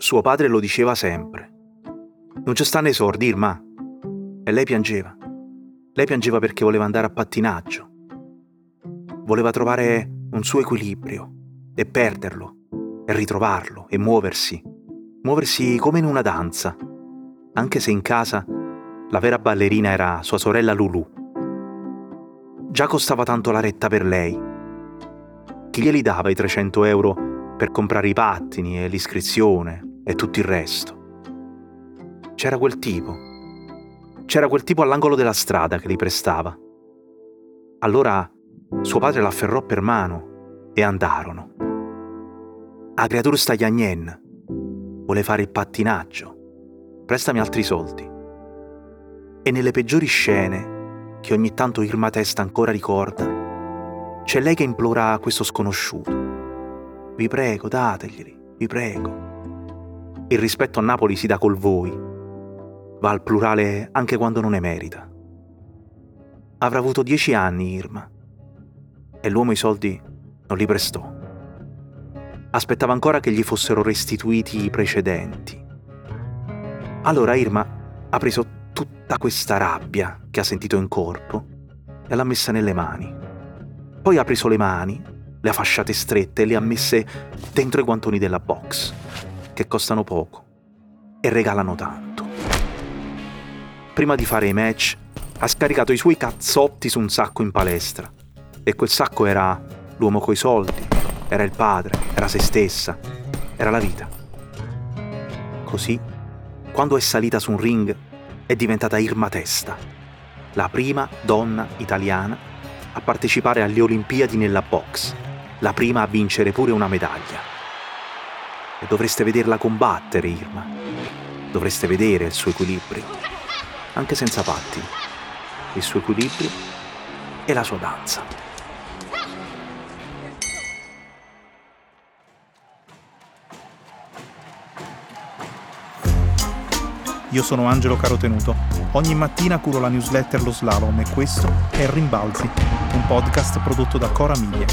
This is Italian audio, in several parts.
Suo padre lo diceva sempre. Non ci stanno i soldi, Irma. E lei piangeva. Lei piangeva perché voleva andare a pattinaggio. Voleva trovare un suo equilibrio e perderlo, e ritrovarlo, e muoversi. Muoversi come in una danza, anche se in casa la vera ballerina era sua sorella Lulu. Già costava tanto la retta per lei. Chi glieli dava i 300 euro per comprare i pattini e l'iscrizione e tutto il resto? C'era quel tipo all'angolo della strada che li prestava. Allora suo padre l'afferrò per mano e andarono. La creatura sta gnagnien. Vuole fare il pattinaggio. Prestami altri soldi. E nelle peggiori scene, che ogni tanto Irma Testa ancora ricorda, c'è lei che implora questo sconosciuto. Vi prego, dateglieli, vi prego. Il rispetto a Napoli si dà col voi. Va al plurale anche quando non ne merita. Avrà avuto 10 anni Irma. E l'uomo i soldi non li prestò. Aspettava ancora che gli fossero restituiti i precedenti. Allora Irma ha preso tutta questa rabbia che ha sentito in corpo e l'ha messa nelle mani. Poi ha preso le mani, le ha fasciate strette e le ha messe dentro i guantoni della box, che costano poco e regalano tanto. Prima di fare i match, ha scaricato i suoi cazzotti su un sacco in palestra. E quel sacco era l'uomo coi soldi, era il padre, era se stessa, era la vita. Così, quando è salita su un ring, è diventata Irma Testa, la prima donna italiana a partecipare alle Olimpiadi nella box, la prima a vincere pure una medaglia. E dovreste vederla combattere, Irma. Dovreste vedere il suo equilibrio, anche senza pattini, il suo equilibrio e la sua danza. Io sono Angelo Carotenuto. Ogni mattina curo la newsletter Lo Slalom e questo è Rimbalzi, un podcast prodotto da Cora Media.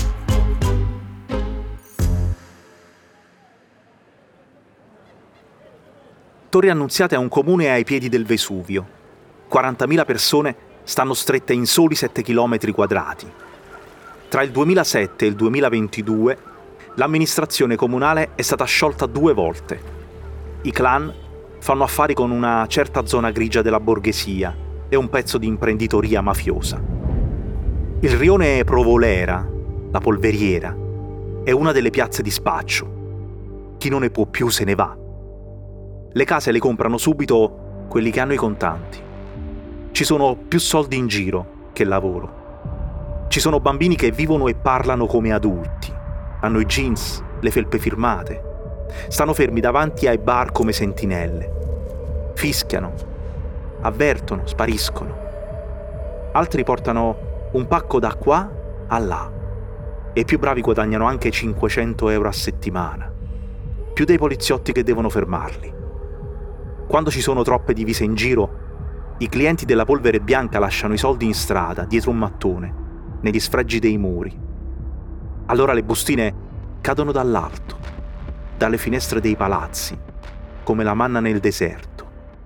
Torre Annunziata è un comune ai piedi del Vesuvio. 40.000 persone stanno strette in soli 7 km quadrati. Tra il 2007 e il 2022 l'amministrazione comunale è stata sciolta 2 volte. I clan fanno affari con una certa zona grigia della borghesia e un pezzo di imprenditoria mafiosa. Il rione Provolera, la polveriera, è una delle piazze di spaccio. Chi non ne può più se ne va. Le case le comprano subito quelli che hanno i contanti. Ci sono più soldi in giro che lavoro. Ci sono bambini che vivono e parlano come adulti. Hanno i jeans, le felpe firmate. Stanno fermi davanti ai bar come sentinelle. Fischiano, avvertono, spariscono. Altri portano un pacco da qua a là. E i più bravi guadagnano anche 500 euro a settimana. Più dei poliziotti che devono fermarli. Quando ci sono troppe divise in giro, i clienti della polvere bianca lasciano i soldi in strada, dietro un mattone, negli sfregi dei muri. Allora le bustine cadono dall'alto, dalle finestre dei palazzi, come la manna nel deserto.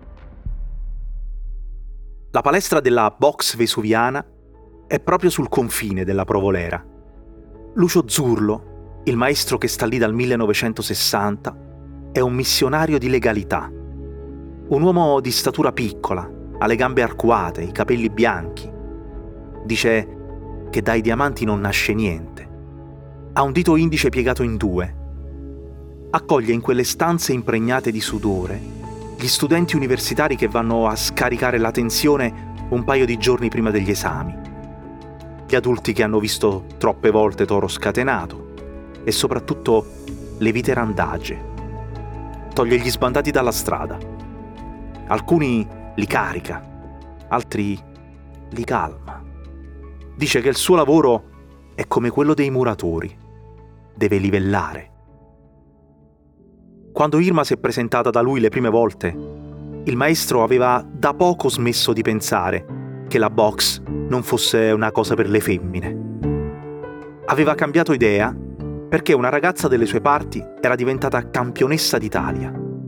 La palestra della box vesuviana è proprio sul confine della Provolera. Lucio Zurlo, il maestro che sta lì dal 1960, è un missionario di legalità. Un uomo di statura piccola, ha le gambe arcuate, i capelli bianchi. Dice che dai diamanti non nasce niente. Ha un dito indice piegato in 2. Accoglie in quelle stanze impregnate di sudore gli studenti universitari che vanno a scaricare la tensione un paio di giorni prima degli esami. Gli adulti che hanno visto troppe volte Toro Scatenato e soprattutto le vite randagge. Toglie gli sbandati dalla strada. Alcuni li carica, altri li calma. Dice che il suo lavoro è come quello dei muratori. Deve livellare. Quando Irma si è presentata da lui le prime volte, il maestro aveva da poco smesso di pensare che la box non fosse una cosa per le femmine. Aveva cambiato idea perché una ragazza delle sue parti era diventata campionessa d'Italia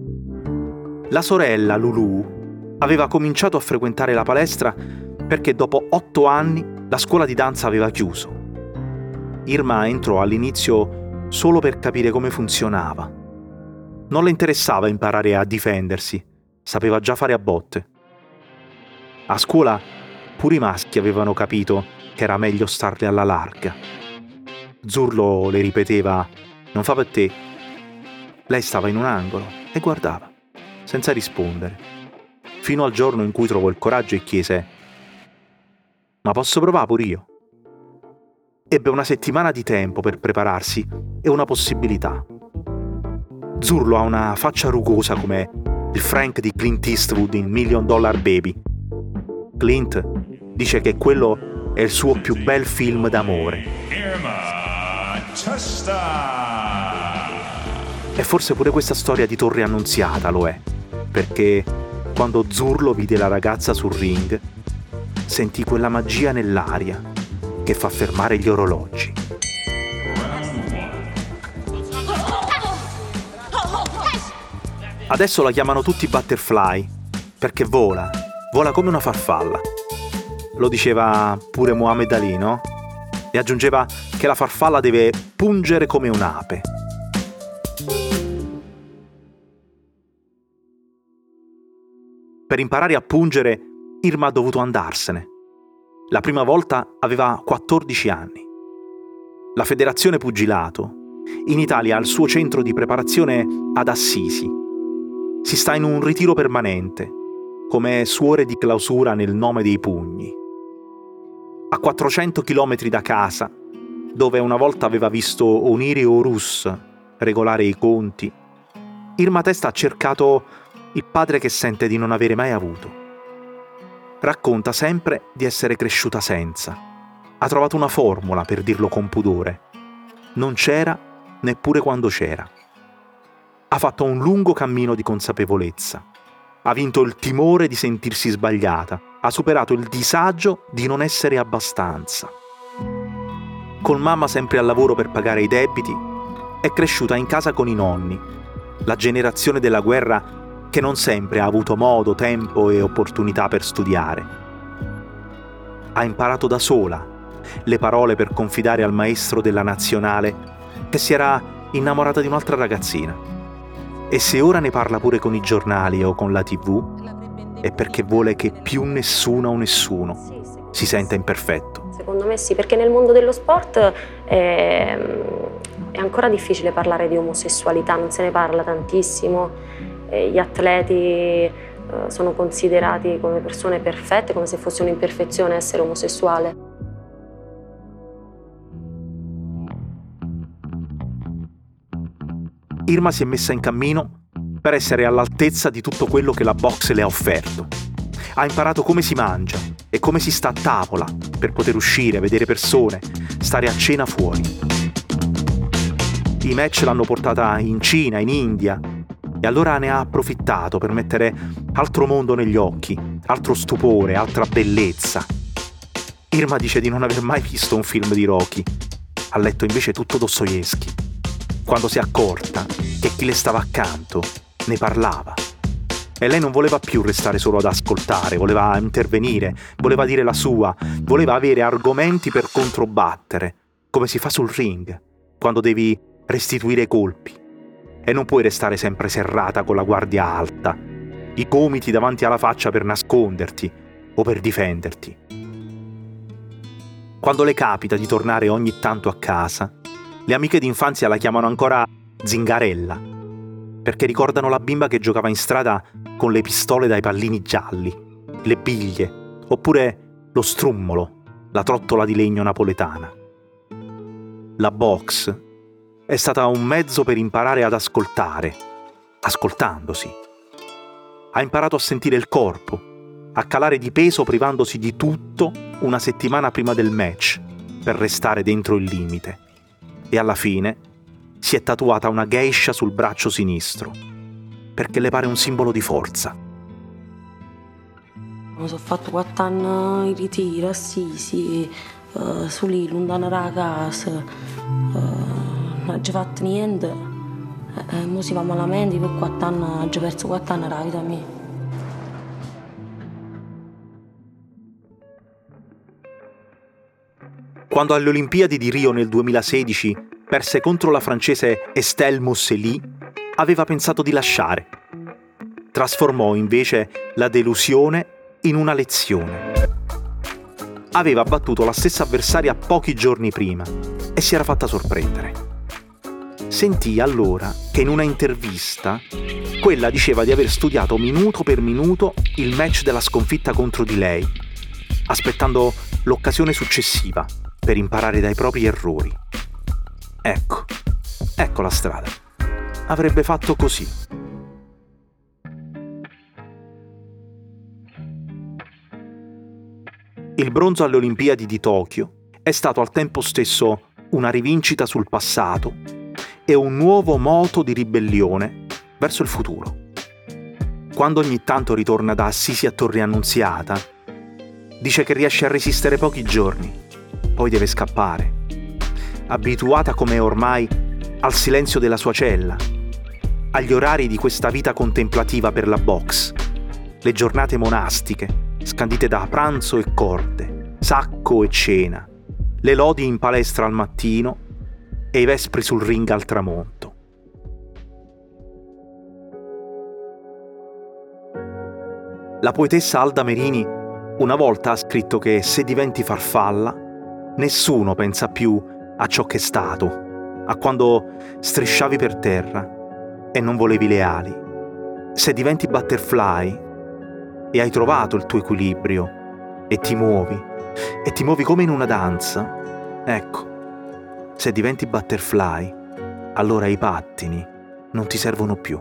La sorella, Lulu, aveva cominciato a frequentare la palestra perché dopo 8 anni la scuola di danza aveva chiuso. Irma entrò all'inizio solo per capire come funzionava. Non le interessava imparare a difendersi, sapeva già fare a botte. A scuola pure i maschi avevano capito che era meglio starle alla larga. Zurlo le ripeteva: non fa per te. Lei stava in un angolo e guardava, senza rispondere, fino al giorno in cui trovò il coraggio e chiese: ma posso provare pure io? Ebbe una settimana di tempo per prepararsi e una possibilità. Zurlo ha una faccia rugosa come il Frank di Clint Eastwood in $1 Million Baby. Clint dice che quello è il suo più bel film d'amore. E forse pure questa storia di Torre Annunziata lo è, perché quando Zurlo vide la ragazza sul ring, sentì quella magia nell'aria che fa fermare gli orologi. Adesso la chiamano tutti Butterfly, perché vola come una farfalla. Lo diceva pure Muhammad Ali, no? E aggiungeva che la farfalla deve pungere come un'ape. Per imparare a pungere, Irma ha dovuto andarsene. La prima volta aveva 14 anni. La Federazione Pugilato in Italia ha il suo centro di preparazione ad Assisi. Si sta in un ritiro permanente, come suore di clausura nel nome dei pugni. A 400 chilometri da casa, dove una volta aveva visto Onirio Rus regolare i conti, Irma Testa ha cercato il padre che sente di non avere mai avuto. Racconta sempre di essere cresciuta senza. Ha trovato una formula per dirlo con pudore. Non c'era neppure quando c'era. Ha fatto un lungo cammino di consapevolezza. Ha vinto il timore di sentirsi sbagliata. Ha superato il disagio di non essere abbastanza. Con mamma sempre al lavoro per pagare i debiti, è cresciuta in casa con i nonni, la generazione della guerra che non sempre ha avuto modo, tempo e opportunità per studiare. Ha imparato da sola le parole per confidare al maestro della nazionale che si era innamorata di un'altra ragazzina. E se ora ne parla pure con i giornali o con la TV, è perché vuole che più nessuna o nessuno si senta imperfetto. Secondo me sì, perché nel mondo dello sport è ancora difficile parlare di omosessualità, non se ne parla tantissimo. Gli atleti sono considerati come persone perfette, come se fosse un'imperfezione essere omosessuale. Irma si è messa in cammino per essere all'altezza di tutto quello che la boxe le ha offerto. Ha imparato come si mangia e come si sta a tavola per poter uscire, vedere persone, stare a cena fuori. I match l'hanno portata in Cina, in India, e allora ne ha approfittato per mettere altro mondo negli occhi, altro stupore, altra bellezza. Irma dice di non aver mai visto un film di Rocky. Ha letto invece tutto Dostoevskij. Quando si è accorta che chi le stava accanto ne parlava. E lei non voleva più restare solo ad ascoltare, voleva intervenire, voleva dire la sua, voleva avere argomenti per controbattere, come si fa sul ring, quando devi restituire i colpi. E non puoi restare sempre serrata con la guardia alta, i gomiti davanti alla faccia per nasconderti o per difenderti. Quando le capita di tornare ogni tanto a casa, le amiche d'infanzia la chiamano ancora Zingarella, perché ricordano la bimba che giocava in strada con le pistole dai pallini gialli, le biglie, oppure lo strummolo, la trottola di legno napoletana. La box è stata un mezzo per imparare ad ascoltare, ascoltandosi. Ha imparato a sentire il corpo, a calare di peso privandosi di tutto una settimana prima del match, per restare dentro il limite. E alla fine si è tatuata una geisha sul braccio sinistro, perché le pare un simbolo di forza. Mi sono fatto 4 anni in ritiro, Assisi, su lì, lontano da casa, non ho già fatto niente. Mo si va malamente, per 4 anni, ho già perso 4 anni della vita mia. Quando alle Olimpiadi di Rio nel 2016 perse contro la francese Estelle Mossely, aveva pensato di lasciare. Trasformò invece la delusione in una lezione. Aveva battuto la stessa avversaria pochi giorni prima e si era fatta sorprendere. Sentì allora che in una intervista quella diceva di aver studiato minuto per minuto il match della sconfitta contro di lei, aspettando l'occasione successiva per imparare dai propri errori. Ecco la strada. Avrebbe fatto così. Il bronzo alle Olimpiadi di Tokyo è stato al tempo stesso una rivincita sul passato e un nuovo moto di ribellione verso il futuro. Quando ogni tanto ritorna da Assisi a Torre Annunziata, dice che riesce a resistere pochi giorni, poi deve scappare, abituata come ormai al silenzio della sua cella, agli orari di questa vita contemplativa per la box, le giornate monastiche, scandite da pranzo e corte, sacco e cena, le lodi in palestra al mattino e i vespri sul ring al tramonto. La poetessa Alda Merini una volta ha scritto che se diventi farfalla, nessuno pensa più a ciò che è stato, a quando strisciavi per terra e non volevi le ali. Se diventi butterfly e hai trovato il tuo equilibrio e ti muovi come in una danza, ecco, se diventi butterfly, allora i pattini non ti servono più.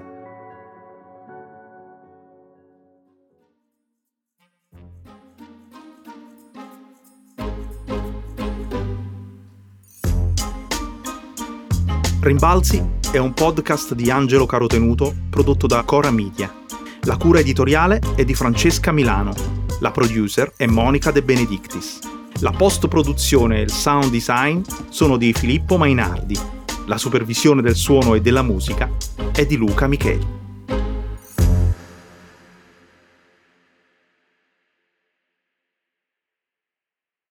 Rimbalzi è un podcast di Angelo Carotenuto prodotto da Cora Media. La cura editoriale è di Francesca Milano. La producer è Monica De Benedictis. La post-produzione e il sound design sono di Filippo Mainardi. La supervisione del suono e della musica è di Luca Micheli.